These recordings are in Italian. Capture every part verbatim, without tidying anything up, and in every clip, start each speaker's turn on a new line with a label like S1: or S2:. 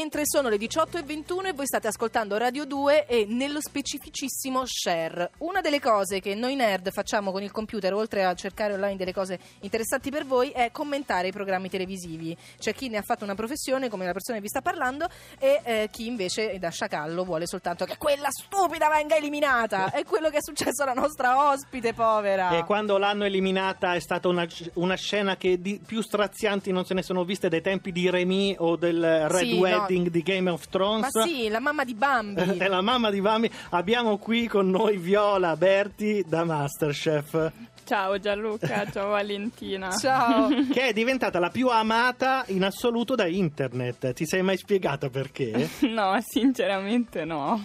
S1: Mentre sono le diciotto e ventuno e voi state ascoltando Radio due e nello specificissimo Share. Una delle cose che noi nerd facciamo con il computer, oltre a cercare online delle cose interessanti per voi, è commentare i programmi televisivi. C'è chi ne ha fatto una professione, come la persona che vi sta parlando, e eh, chi invece da sciacallo vuole soltanto che quella stupida venga eliminata. È quello che è successo alla nostra ospite, povera.
S2: E quando l'hanno eliminata è stata una, una scena che di più strazianti non se ne sono viste dai tempi di Remy o del Red
S1: Sì,
S2: Wedding
S1: no.
S2: di Game of Thrones.
S1: Ma sì, la mamma di Bambi.
S2: È la mamma di Bambi. Abbiamo qui con noi Viola Berti da Masterchef.
S3: Ciao Gianluca, ciao Valentina.
S1: Ciao.
S2: Che è diventata la più amata in assoluto da internet. Ti sei mai spiegata perché?
S3: No, sinceramente no.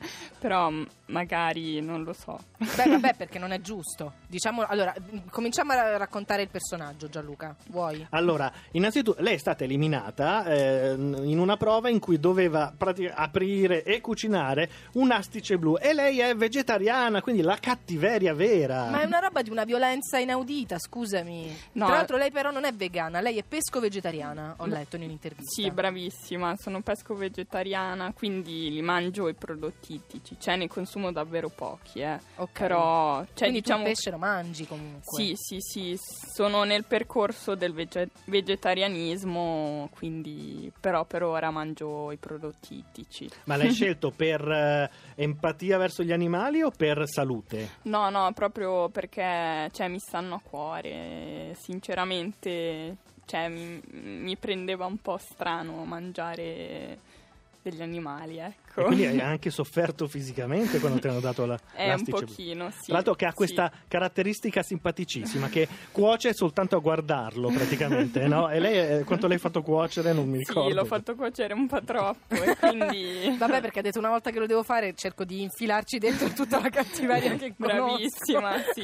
S3: Però magari non lo so.
S1: Beh, vabbè, perché non è giusto. Diciamo, allora, cominciamo a raccontare il personaggio, Gianluca. Vuoi?
S2: Allora, innanzitutto, lei è stata eliminata eh, in una prova in cui doveva pratic- aprire e cucinare un astice blu. E lei è vegetariana, quindi la cattiveria vera.
S1: Ma è una roba di una violenza inaudita, scusami.
S3: No.
S1: Tra l'altro lei però non è vegana, lei è pesco-vegetariana, ho letto in un'intervista.
S3: Sì, bravissima, sono pesco-vegetariana, quindi li mangio i prodotti ittici, cioè ne consumo davvero pochi, eh.
S1: Ok.
S3: Però, cioè,
S1: quindi
S3: diciamo,
S1: tu il pesce lo mangi comunque.
S3: Sì, sì, sì, sono nel percorso del vege- vegetarianismo, quindi però per ora mangio i prodotti ittici.
S2: Ma l'hai scelto per eh, empatia verso gli animali o per salute?
S3: No, no, proprio perché cioè, mi stanno a cuore, sinceramente, cioè, mi, mi prendeva un po' strano mangiare degli animali, ecco.
S2: E quindi hai anche sofferto fisicamente quando ti hanno dato la
S3: È
S2: l'astice
S3: un
S2: blu.
S3: pochino, sì.
S2: Tra l'altro che ha questa
S3: sì.
S2: caratteristica simpaticissima che cuoce soltanto a guardarlo praticamente, no? E lei, quanto l'hai fatto cuocere non mi ricordo.
S3: Sì, l'ho fatto cuocere un po' troppo e quindi...
S1: Vabbè, perché ha detto una volta che lo devo fare cerco di infilarci dentro tutta la cattiveria che conosco.
S3: Bravissima, sì.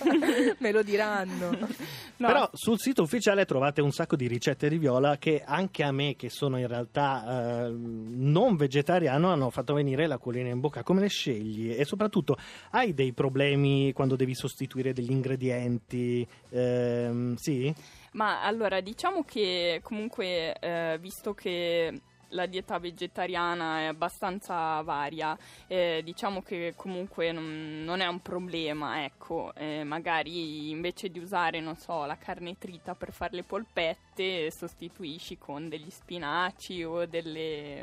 S1: Me lo diranno.
S3: No.
S2: Però sul sito ufficiale trovate un sacco di ricette di Viola che anche a me, che sono in realtà eh, non vegetariano, hanno fatto venire l'acquolina in bocca. Come le scegli? E soprattutto hai dei problemi quando devi sostituire degli ingredienti? Ehm, sì?
S3: Ma allora, diciamo che comunque, eh, visto che la dieta vegetariana è abbastanza varia, eh, diciamo che comunque non, non è un problema, ecco, eh, magari invece di usare, non so, la carne trita per fare le polpette, sostituisci con degli spinaci o delle...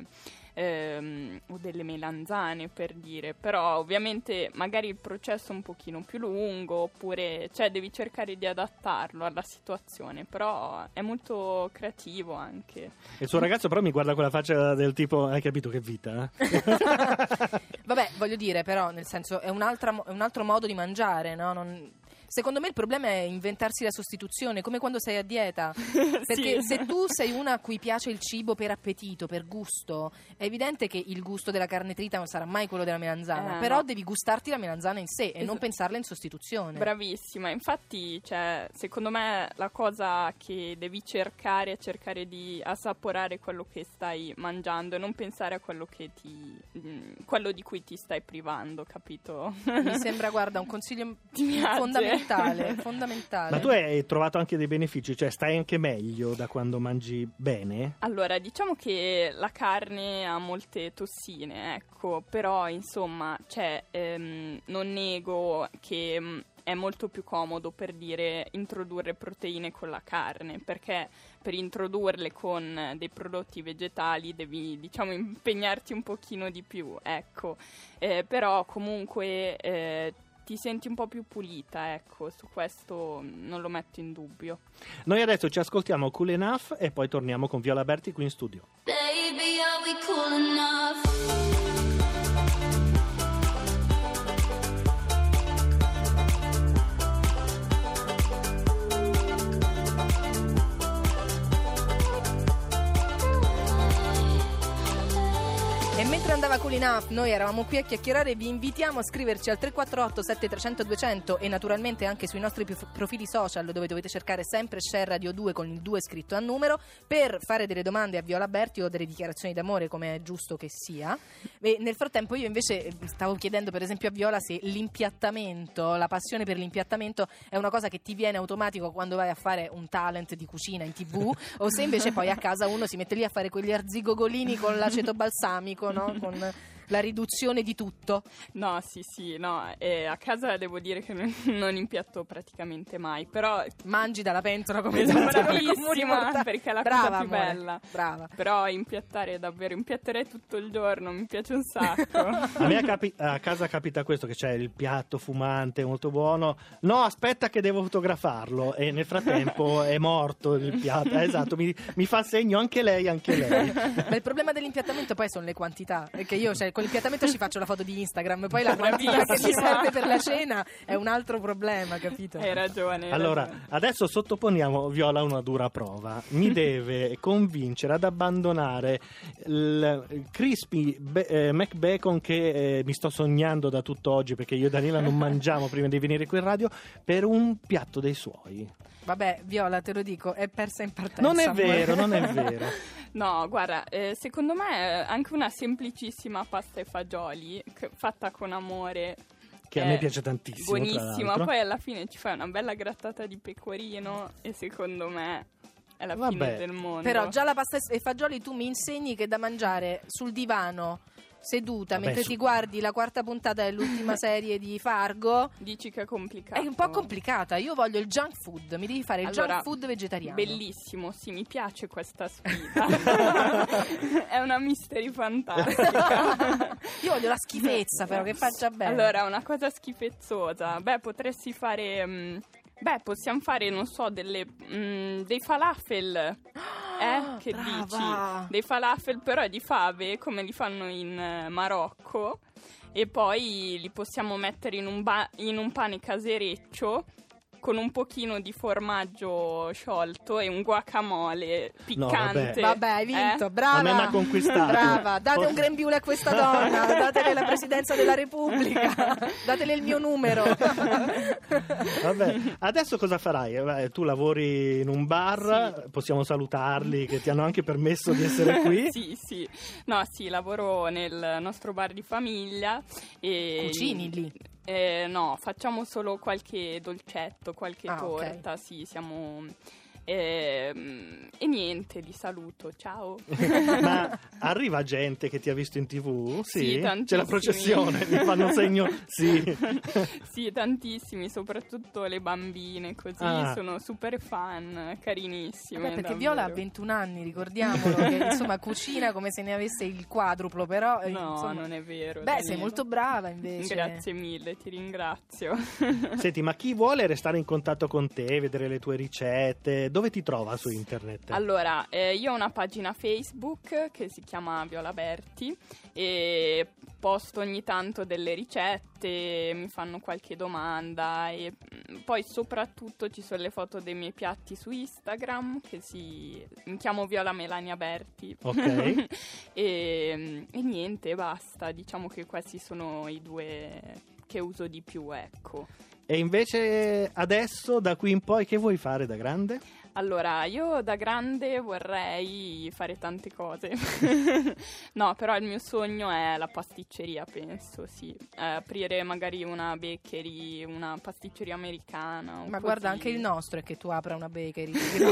S3: Ehm, o delle melanzane, per dire, però ovviamente magari il processo è un pochino più lungo, oppure cioè devi cercare di adattarlo alla situazione, però è molto creativo anche.
S2: E il suo ragazzo però mi guarda con la faccia del tipo hai capito che vita? Eh?
S1: Vabbè, voglio dire, però, nel senso, è, un'altra, è un altro modo di mangiare, no? Non... Secondo me il problema è inventarsi la sostituzione, come quando sei a dieta. Perché
S3: Sì.
S1: se tu sei una a cui piace il cibo per appetito, per gusto, è evidente che il gusto della carne trita non sarà mai quello della melanzana,
S3: Eh,
S1: però
S3: no.
S1: devi gustarti la melanzana in sé e
S3: Es-
S1: non pensarla in sostituzione.
S3: Bravissima, infatti, cioè, secondo me la cosa che devi cercare è cercare di assaporare quello che stai mangiando e non pensare a quello che ti mh, quello di cui ti stai privando, capito?
S1: Mi sembra, guarda, un consiglio
S3: piace?
S1: fondamentale, fondamentale.
S2: Ma tu hai trovato anche dei benefici? Cioè stai anche meglio da quando mangi bene?
S3: Allora, diciamo che la carne ha molte tossine, ecco, però insomma, cioè, ehm, non nego che mh, è molto più comodo, per dire, introdurre proteine con la carne, perché per introdurle con dei prodotti vegetali devi, diciamo, impegnarti un pochino di più, ecco, eh, però comunque... Eh, ti senti un po' più pulita, ecco, su questo non lo metto in dubbio.
S2: Noi adesso ci ascoltiamo Cool Enough e poi torniamo con Viola Berti qui in studio.
S4: Baby, are we cool enough?
S1: E mentre andava Cool Enough, noi eravamo qui a chiacchierare. Vi invitiamo a scriverci al tre quattro otto sette tre zero zero due zero zero e naturalmente anche sui nostri profili social, dove dovete cercare sempre Share Radio due con il due scritto a numero, per fare delle domande a Viola Berti o delle dichiarazioni d'amore, come è giusto che sia. E nel frattempo io invece stavo chiedendo per esempio a Viola se l'impiattamento, la passione per l'impiattamento è una cosa che ti viene automatico quando vai a fare un talent di cucina in tv, o se invece poi a casa uno si mette lì a fare quegli arzigogolini con l'aceto balsamico, no? Con la riduzione di tutto.
S3: No, sì, sì, no, eh, a casa devo dire che non, non impiatto praticamente mai, però
S1: mangi dalla pentola come
S3: bravissima, perché è la
S1: brava,
S3: cosa più
S1: amore,
S3: bella.
S1: Brava.
S3: Però impiattare davvero, impiatterei tutto il giorno, mi piace un sacco.
S2: A me a, capi- a casa capita questo, che c'è il piatto fumante molto buono. No, aspetta che devo fotografarlo, e nel frattempo è morto il piatto. Eh, esatto, mi, mi fa segno anche lei, anche lei.
S1: Beh, il problema dell'impiattamento poi sono le quantità, perché io, cioè, con l'impiattamento ci faccio la foto di Instagram, poi la quantità che mi serve per la cena è un altro problema, capito?
S3: Hai ragione. Hai
S2: allora,
S3: ragione.
S2: adesso sottoponiamo Viola a una dura prova. Mi deve convincere ad abbandonare il crispy be- eh, McBacon che eh, mi sto sognando da tutto oggi, perché io e Daniela non mangiamo prima di venire qui in radio, per un piatto dei suoi.
S1: Vabbè, Viola, te lo dico, è persa in partenza.
S2: Non è
S1: amore.
S2: vero, non è vero.
S3: No, guarda, eh, secondo me anche una semplicissima pasta e fagioli c- fatta con amore,
S2: Che a me piace tantissimo, tra
S3: buonissima.
S2: l'altro.
S3: Poi alla fine ci fai una bella grattata di pecorino e secondo me è la
S2: Vabbè.
S3: fine del mondo.
S1: Però già la pasta e fagioli tu mi insegni che è da mangiare sul divano, seduta,
S2: Vabbè,
S1: mentre
S2: su-
S1: ti guardi la quarta puntata dell'ultima serie di Fargo.
S3: Dici che è complicato.
S1: È un po' complicata. Io voglio il junk food. Mi devi fare il
S3: Allora,
S1: junk food vegetariano.
S3: Bellissimo, sì, mi piace questa sfida. È una mystery fantastica.
S1: Io voglio la schifezza, però, che faccia bene.
S3: Allora, una cosa schifezzosa. Beh, potresti fare... mh, beh, possiamo fare, non so, delle mh, dei falafel. Eh, che
S1: brava.
S3: dici? Dei falafel però di fave, come li fanno in eh, Marocco. E poi li possiamo mettere in un, ba- in un pane casereccio con un pochino di formaggio sciolto e un guacamole piccante.
S2: vabbè.
S1: Vabbè, hai vinto,
S3: Eh?
S1: brava.
S2: A me m'ha conquistato.
S1: Brava, date
S2: Forse-
S1: un grembiule a questa donna, datele la presidenza della Repubblica, datele il mio numero.
S2: Vabbè, adesso cosa farai? Eh, beh, tu lavori in un bar, possiamo salutarli che ti hanno anche permesso di essere qui.
S3: Sì, sì. No, sì, lavoro nel nostro bar di famiglia. E
S1: Cucini lì?
S3: Eh, no, facciamo solo qualche dolcetto, qualche
S1: Ah,
S3: torta, sì, siamo... ehm, e niente, li saluto, ciao.
S2: Ma arriva gente che ti ha visto in tv?
S3: Sì,
S2: C'è
S3: tantissimi.
S2: la processione, mi fanno segno sì.
S3: Sì, tantissimi, soprattutto le bambine, così,
S2: Ah.
S3: sono super fan, carinissime.
S1: Vabbè, perché
S3: davvero.
S1: Viola ha ventuno anni, ricordiamolo, che insomma cucina come se ne avesse il quadruplo, però eh,
S3: No,
S1: insomma...
S3: non è vero.
S1: Beh,
S3: Daniela.
S1: sei molto brava invece.
S3: Grazie mille, ti ringrazio.
S2: Senti, ma chi vuole restare in contatto con te, vedere le tue ricette, dove ti trova su internet?
S3: Allora, eh, io ho una pagina Facebook che si chiama Viola Berti e posto ogni tanto delle ricette, mi fanno qualche domanda e mh, poi soprattutto ci sono le foto dei miei piatti su Instagram che si... mi chiamo Viola Melania Berti.
S2: Ok.
S3: e, e niente, basta, diciamo che questi sono i due che uso di più, ecco.
S2: E invece adesso, da qui in poi, che vuoi fare da grande?
S3: Allora, io da grande vorrei fare tante cose. No, però il mio sogno è la pasticceria, penso, sì. Eh, aprire magari una bakery, una pasticceria americana. o
S1: Ma
S3: così.
S1: guarda, anche il nostro è che tu apra una bakery. No?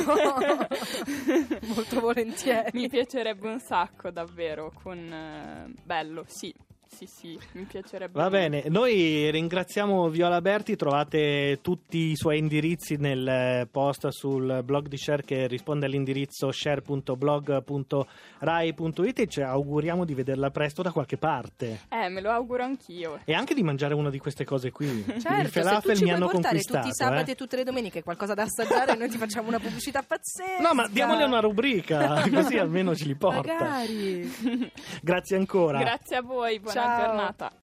S1: Molto volentieri.
S3: Mi piacerebbe un sacco, davvero, con... eh, bello, sì. Sì, sì, mi piacerebbe.
S2: Va
S3: molto.
S2: bene, noi ringraziamo Viola Berti, trovate tutti i suoi indirizzi nel post sul blog di Share che risponde all'indirizzo share punto blog punto rai punto it e ci auguriamo di vederla presto da qualche parte.
S3: Eh, me lo auguro anch'io.
S2: E anche di mangiare una di queste cose qui.
S1: Certo,
S2: Il
S1: se tu
S2: falafel
S1: ci
S2: mi
S1: puoi
S2: hanno
S1: portare
S2: conquistato.
S1: tutti i sabati
S2: eh.
S1: e tutte le domeniche qualcosa da assaggiare, noi ti facciamo una pubblicità pazzesca.
S2: No, ma diamogli una rubrica, così almeno ce li porta.
S1: Magari.
S2: Grazie ancora.
S3: Grazie a voi, buona
S1: Ciao.
S3: giornata.